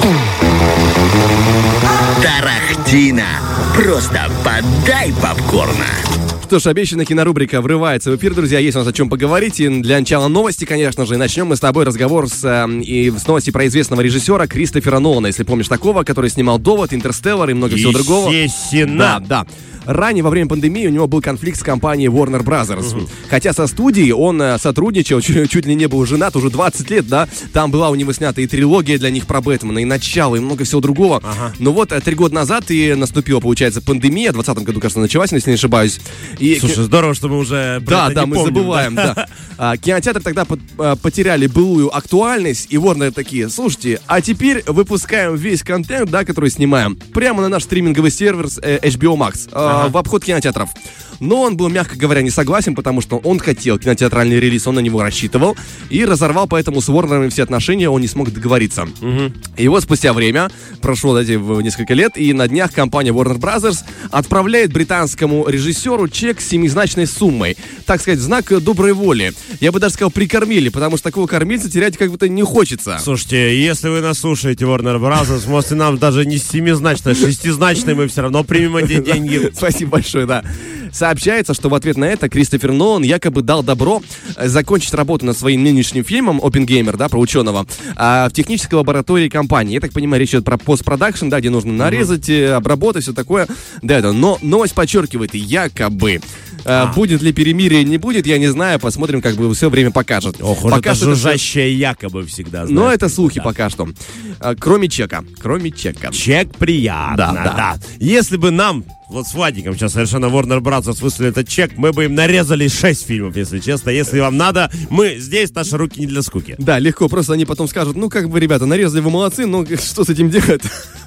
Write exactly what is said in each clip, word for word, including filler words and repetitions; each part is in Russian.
Тарахтина. Просто подай попкорна. Что ж, обещанная кинорубрика врывается в эфир, друзья. Есть у нас о чем поговорить. И для начала новости, конечно же. И начнем мы с тобой разговор с, э, и с новости про известного режиссера Кристофера Нолана, если помнишь такого, который снимал «Довод», «Интерстеллар» и много всего другого. Естественно. Да, да. Ранее, во время пандемии, у него был конфликт с компанией Warner Brothers. Угу. Хотя со студией он э, сотрудничал, чуть, чуть ли не был женат уже двадцать лет, да. Там была у него снята и трилогия для них про Бэтмена, и начало, и много всего другого. Ага. Но вот э, три года назад и наступила, получается, пандемия. В двадцатом году, кажется, началась, если не ошибаюсь. И... Слушай, здорово, что мы уже про да, это да, не мы помним, забываем, да. да. А, кинотеатры тогда под, а, потеряли былую актуальность, и Warner такие: слушайте, а теперь выпускаем весь контент, да, который снимаем, прямо на наш стриминговый сервер э, эйч би о Max, э, ага. в обход кинотеатров. Но он был, мягко говоря, не согласен, потому что он хотел кинотеатральный релиз, он на него рассчитывал, и разорвал поэтому с Warner все отношения, он не смог договориться. Угу. И вот спустя время, прошло, знаете, несколько лет, и на днях компания Warner Brothers отправляет британскому режиссеру чек с семизначной суммой. Так сказать, в знак доброй воли. Я бы даже сказал, прикормили, потому что такого кормильца терять как будто не хочется. Слушайте, если вы нас слушаете, Warner Brothers, можете нам даже не семизначной, шестизначной, мы все равно примем эти деньги. Спасибо большое, да. Сообщается, что в ответ на это Кристофер Нолан якобы дал добро закончить работу над своим нынешним фильмом «Оппенгеймер», да, про ученого, а, в технической лаборатории компании. Я так понимаю, речь идет про постпродакшн, да, где нужно нарезать, mm-hmm. обработать, все такое. Да, это. Но новость подчеркивает, якобы. А. Будет ли перемирие, не будет, я не знаю. Посмотрим, как бы все время покажет. Ох, пока это жужжащее это... якобы всегда. Знаешь, но это слухи да. пока что. А, кроме чека. Кроме чека. Чек приятно, да, да. да. Если бы нам... Вот с Владиком сейчас совершенно Warner Brothers выслали этот чек, мы бы им нарезали шесть фильмов, если честно. Если вам надо, мы здесь, наши руки не для скуки. Да, легко, просто они потом скажут, ну, как бы, ребята, нарезали, вы молодцы, но что с этим делать?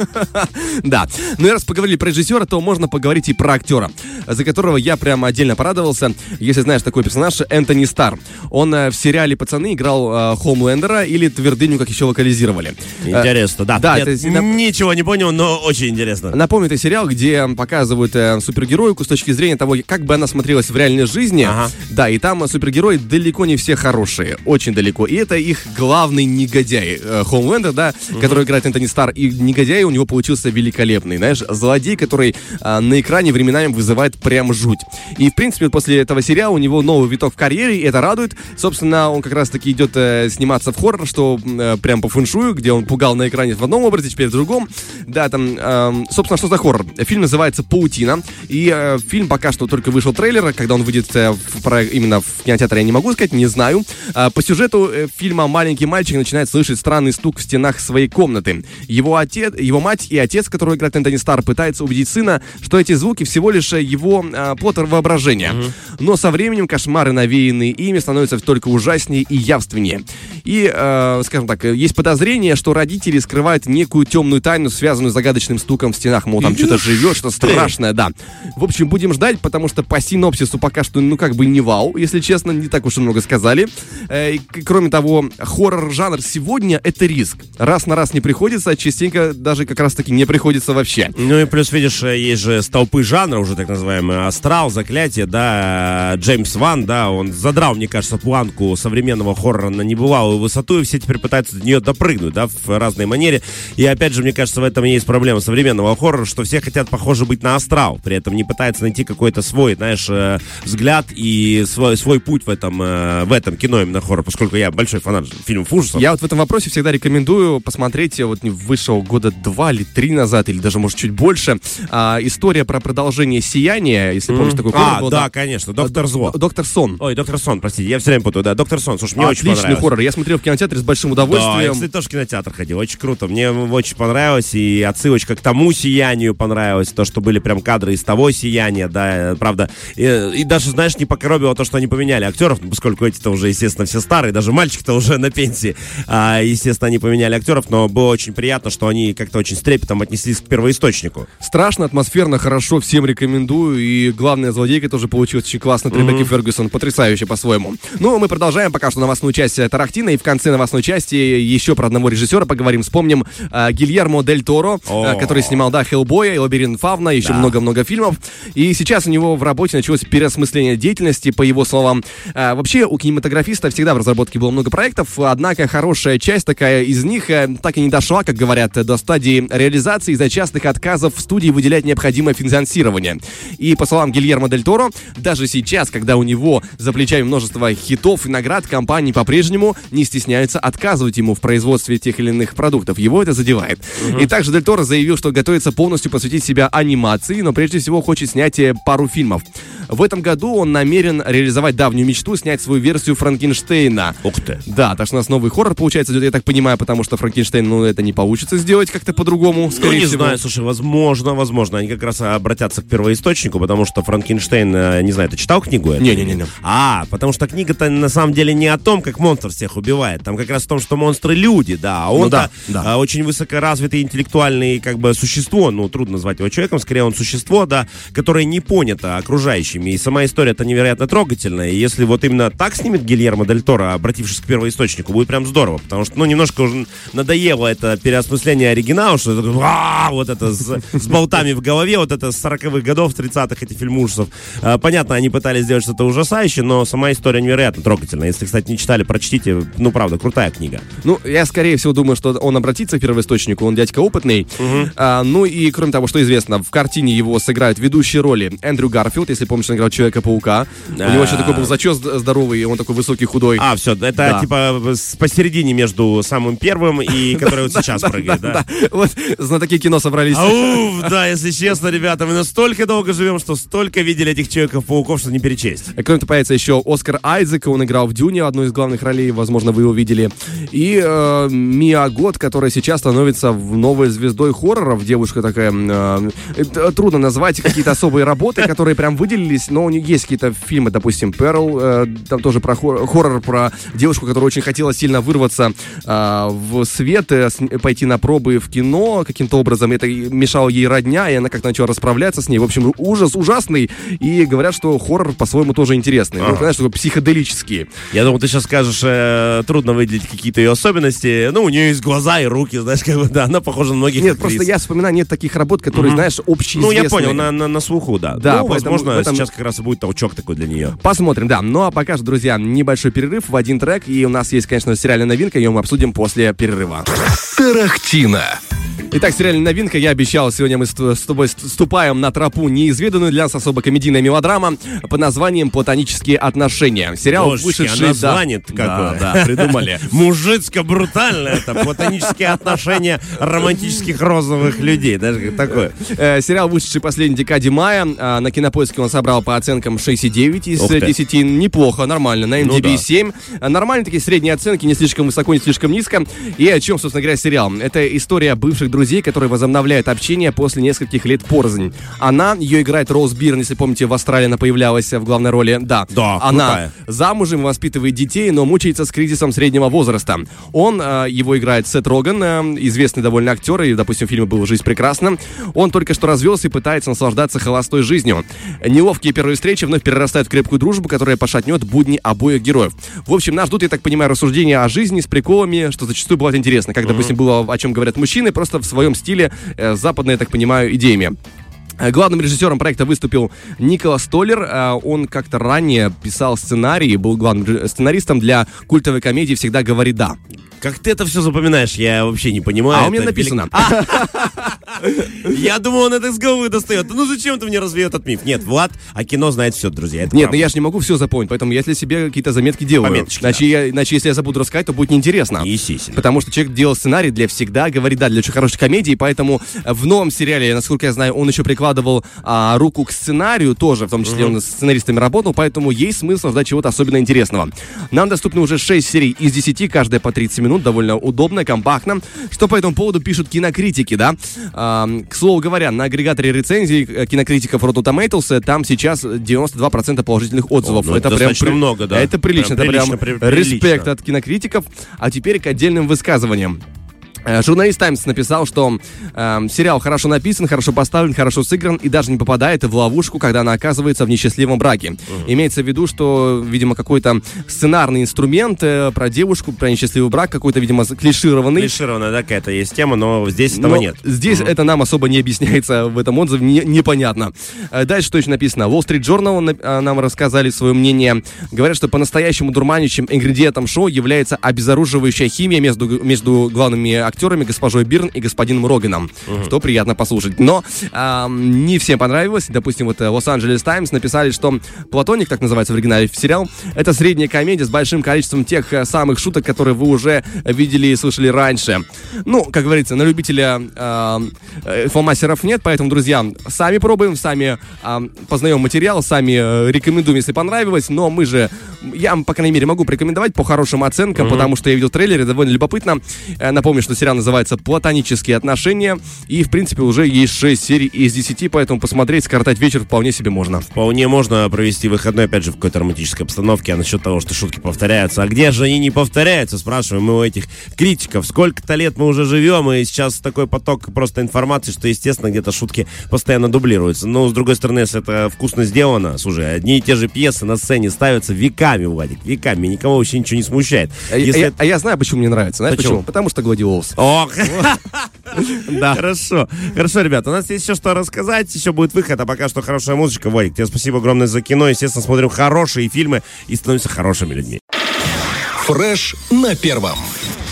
Да, ну и раз поговорили про режиссера, то можно поговорить и про актера, за которого я прямо отдельно порадовался. Если знаешь такой персонаж, Энтони Старр. Он в сериале «Пацаны» играл Хоумлендера или Твердыню, как еще локализировали. Интересно, да. Да, я это... ничего не понял, но очень интересно. Напомню, это сериал, где показывают супергероику с точки зрения того, как бы она смотрелась в реальной жизни. Ага. Да, и там супергерои далеко не все хорошие, очень далеко. И это их главный негодяй, Хоумлендер, да, угу. который играет Энтони Старр. И негодяй у него получился великолепный, знаешь, злодей, который а, на экране временами вызывает прям жуть. И, в принципе, после этого сериала у него новый виток в карьере, и это радует. Собственно, он как раз-таки идет э, сниматься в хоррор, что э, прям по фэншую, где он пугал на экране в одном образе, теперь в другом. Да, там, э, собственно, что за хоррор? Фильм называется «Паутина». И э, фильм пока что только вышел трейлер, когда он выйдет э, в, про, именно в кинотеатре, я не могу сказать, не знаю. Э, по сюжету э, фильма маленький мальчик начинает слышать странный стук в стенах своей комнаты. Его отец, его мать и отец, который играет Энтони Старр, пытаются убедить сына, что эти звуки всего лишь его э, плод воображения. Mm-hmm. Но со временем кошмары, навеянные ими, становятся только ужаснее и явственнее. И, э, скажем так, есть подозрение, что родители скрывают некую темную тайну, связанную с загадочным стуком в стенах. Мол, там что-то живет, что страшное, да. В общем, будем ждать, потому что по синопсису пока что, ну, как бы не вау, если честно, не так уж и много сказали. Э, и, кроме того, хоррор-жанр сегодня — это риск. Раз на раз не приходится, частенько даже как раз-таки не приходится вообще. Ну и плюс, видишь, есть же столпы жанра, уже так называемые, «Астрал», «Заклятие», да, Джеймс Ван, да, он задрал, мне кажется, планку современного хоррора на небывалую высоту, и все теперь пытаются до нее допрыгнуть, да, в разной манере. И опять же, мне кажется, в этом и есть проблема современного хоррора, что все хотят, похоже, быть на «Астрал», при этом не пытаются найти какой-то свой, знаешь, э, взгляд и свой, свой путь в этом, э, в этом кино именно хоррор, поскольку я большой фанат фильмов ужасов. Я вот в этом вопросе всегда рекомендую посмотреть, вот вышел года два или три назад, или даже, может, чуть больше, а, история про продолжение «Сияния», если mm. помнишь такой хоррор. А, был, да, да, конечно, «Доктор Зло». «Доктор Сон». Ой, «Доктор Сон», простите, я все время путаю, да, «Доктор Сон», слушай, мне Отличный очень понравилось. хоррор, я смотрел в кинотеатре с большим удовольствием. Да, я, кстати, тоже в кинотеатр ходил, очень круто, мне очень понравилось, и отсылочка к тому «Сиянию» понравилась, то, что были прям кадры из того «Сияния», да, правда, и, и даже, знаешь, не покоробило то, что они поменяли актеров, поскольку эти-то уже, естественно, все старые, даже мальчик-то уже на пенсии, а, естественно, они поменяли актеров, но было очень приятно, что они как-то очень с трепетом отнеслись к первоисточнику. Страшно, атмосферно, хорошо, всем рекомендую, и главная злодейка тоже получилась очень классно, Требекки mm-hmm. Фергюсон, потрясающе по-своему. Ну, мы продолжаем пока что новостную часть Тарахтина, и в конце новостной части еще про одного режиссера поговорим, вспомним э, Гильермо Дель Торо, oh. э, который снимал, да, «Хеллбоя» и «Лабиринт Фавна», еще да. много-много фильмов. И сейчас у него в работе началось переосмысление деятельности, по его словам. А, вообще, у кинематографиста всегда в разработке было много проектов, однако хорошая часть такая из них э, так и не дошла, как говорят, до стадии реализации из-за частых отказов в студии выделять необходимое финансирование. И, по словам Гильермо Дель Торо, даже сейчас, когда у него за плечами множество хитов и наград, компании по-прежнему не стесняются отказывать ему в производстве тех или иных продуктов. Его это задевает. Uh-huh. И также Дель Торо заявил, что готовится полностью посвятить себя анимации, но прежде всего хочет снять пару фильмов. В этом году он намерен реализовать давнюю мечту, снять свою версию Франкенштейна. Ух ты. Да, так что у нас новый хоррор, получается, идет, я так понимаю, потому что Франкенштейн, ну, это не получится сделать как-то по-другому, скорее Ну, не всего. знаю, слушай, возможно, возможно. Они как раз обратятся к первоисточнику, потому что Франкенштейн, не знаю, ты читал книгу? Не-не-не. А, потому что книга-то на самом деле не о том, как монстр всех убивает. Там как раз о том, что монстры люди, да. А он-то ну, да, да. очень высокоразвитый интеллектуальный как бы существо. Ну, трудно назвать его человеком, скорее он существо, да, которое не понято окружающими. И сама история это невероятно трогательная. И если вот именно так снимет Гильермо Дель Торо, обратившись к первоисточнику, будет прям здорово. Потому что, ну, немножко уже надоело это переосмысление оригинала, что это вот это с, с болтами в голове, вот это с сороковых годов, тридцатых, эти фильмы ужасов. А, понятно, они пытались сделать что-то ужасающее, но сама история невероятно трогательная. Если, кстати, не читали, прочтите. Ну, правда, крутая книга. Ну, я, скорее всего, думаю, что он обратится к первоисточнику, он дядька опытный. Угу. А, ну, и, кроме того, что известно, в картине его сыграют ведущие роли Эндрю Гарфилд, если помнишь, он играл Человека-паука. У него еще такой был зачес здоровый, он такой высокий, худой. А, все, это да. типа посередине между самым первым и который вот сейчас прыгает, да? Вот знатоки кино собрались. Ауф, да, если честно, ребята, мы настолько долго живем, что столько видели этих Человеков-пауков, что не перечесть. Кроме того, появится еще Оскар Айзек, он играл в Дюне, одну из главных ролей, возможно, вы его видели. И э, Миа Гот, которая сейчас становится новой звездой хорроров. Девушка такая, э, э, трудно назвать какие-то особые работы, которые прям выделились, но у нее есть какие-то фильмы, допустим, Перл, э, там тоже про хоррор, хоррор, про девушку, которая очень хотела сильно вырваться э, в свет, э, с, пойти на пробы в кино каким-то образом. Это мешало ей родня, и она как-то начала расправляться с ней. В общем, ужас ужасный. И говорят, что хоррор по-своему тоже интересный. Ага. Ну, знаешь, такой психоделический. Я думал, ты сейчас скажешь, э, трудно выделить какие-то ее особенности. Ну, у нее есть глаза и руки, знаешь, как бы, да, она похожа на многих Нет, актрис. просто я вспоминаю, нет таких работ, которые, угу. знаешь, общеизвестные. Ну, я понял, на, на, на слуху, да. Да, ну, возможно, этом... этом... сейчас как раз и будет толчок такой для нее. Посмотрим, да. Ну, а пока же, друзья, небольшой перерыв в один трек. И у нас есть, конечно, сериальная новинка, ее мы обсудим после перерыва. Тарахтина. Итак, сериальная новинка. Я обещал, сегодня мы с тобой ступаем на тропу неизведанную для нас особо комедийная мелодрама под названием «Платонические отношения». Сериал, Божечки, вышедший... А название-то да, какое? Да, да, придумали. Мужицко-брутально это. Платонические отношения романтических розовых людей. Даже как такое. Сериал, вышедший в последней декаде мая. На Кинопоиске он собрал по оценкам шесть и девять из десяти. Неплохо, нормально. На эм ди би семь. Нормальные такие средние оценки, не слишком высоко, не слишком низко. И о чем, собственно говоря, сериал? Это история бывших друзей, которые возобновляют общение после нескольких лет порознь. Она, ее играет Роуз Бирн, если помните, в «Астрале» она появлялась в главной роли. Да, да она крутая. Замужем, воспитывает детей, но мучается с кризисом среднего возраста. Он, его играет Сет Роган, известный довольно актер, и, допустим, в фильме был «Жизнь прекрасна». Он только что развелся и пытается наслаждаться холостой жизнью. Неловкие первые встречи вновь перерастают в крепкую дружбу, которая пошатнет будни обоих героев. В общем, нас ждут, я так понимаю, рассуждения о жизни с приколами, что зачастую бывает интересно. Как, допустим, было, о чем говорят мужчины, просто в своем стиле, э, западной, я так понимаю, идеями. Главным режиссером проекта выступил Николас Толлер. Он как-то ранее писал сценарий, был главным сценаристом для культовой комедии «Всегда говори да». Как ты это все запоминаешь, я вообще не понимаю. А у меня написано. Я думал, он это из головы достает. Ну зачем ты мне развеет этот миф? Нет, Влад, а кино знает все, друзья. Нет, но я же не могу все запомнить, поэтому я для себе какие-то заметки делаю. Иначе, если я забуду рассказать, то будет неинтересно. Естественно. Потому что человек делал сценарий для «Всегда говори да», для очень хорошей комедии, поэтому в новом сериале, насколько я знаю, он еще прикладывал а, руку к сценарию тоже, в том числе он с сценаристами работал, поэтому есть смысл ждать чего-то особенно интересного. Нам доступны уже шесть серий из десяти, каждая по тридцать минут, довольно удобно, компактно. Что по этому поводу пишут кинокритики, да? А, к слову говоря, на агрегаторе рецензий кинокритиков Rotten Tomatoes там сейчас девяносто два процента положительных отзывов. О, ну это это достаточно прям, много, да. Это прилично, Прям это прилично, прям при, респект от кинокритиков. А теперь к отдельным высказываниям. Журналист «Таймс» написал, что э, сериал хорошо написан, хорошо поставлен, хорошо сыгран и даже не попадает в ловушку, когда она оказывается в несчастливом браке. Uh-huh. Имеется в виду, что, видимо, какой-то сценарный инструмент э, про девушку, про несчастливый брак, какой-то, видимо, клишированный. Клишированная, да, какая-то есть тема, но здесь этого но нет. Здесь uh-huh. это нам особо не объясняется в этом отзыве, не, непонятно. Дальше что еще написано? Wall Street Journal нам рассказали свое мнение. Говорят, что по-настоящему дурманящим ингредиентом шоу является обезоруживающая химия между, между главными актерами госпожой Бирн и господином Роганом, uh-huh. что приятно послушать. Но э, не всем понравилось. Допустим, вот Лос-Анджелес Таймс написали, что «Платоник», так называется в оригинале сериал, это средняя комедия с большим количеством тех самых шуток, которые вы уже видели и слышали раньше. Ну, как говорится, на любителя э, фломастеров нет, поэтому, друзья, сами пробуем, сами э, познаем материал, сами э, рекомендуем, если понравилось, но мы же, я, по крайней мере, могу порекомендовать по хорошим оценкам, uh-huh. потому что я видел трейлеры, довольно любопытно. Э, напомню, что сериал называется «Платонические отношения», и, в принципе, уже есть шесть серий из десяти, поэтому посмотреть, скоротать вечер вполне себе можно. Вполне можно провести выходной, опять же, в какой-то романтической обстановке, а насчет того, что шутки повторяются. А где же они не повторяются, спрашиваем мы у этих критиков. Сколько-то лет мы уже живем, и сейчас такой поток просто информации, что, естественно, где-то шутки постоянно дублируются. Но, с другой стороны, если это вкусно сделано, слушай, одни и те же пьесы на сцене ставятся веками, Владик, веками, никого вообще ничего не смущает. А, если... а, я, а я знаю, почему мне нравится. Знаешь почему? почему? Потому что Гладиолус. Ох! Да. Хорошо. Хорошо, ребята, у нас есть еще что рассказать, еще будет выход, а пока что хорошая музыка. Владик, тебе спасибо огромное за кино. Естественно, смотрим хорошие фильмы и становимся хорошими людьми. Фреш на первом.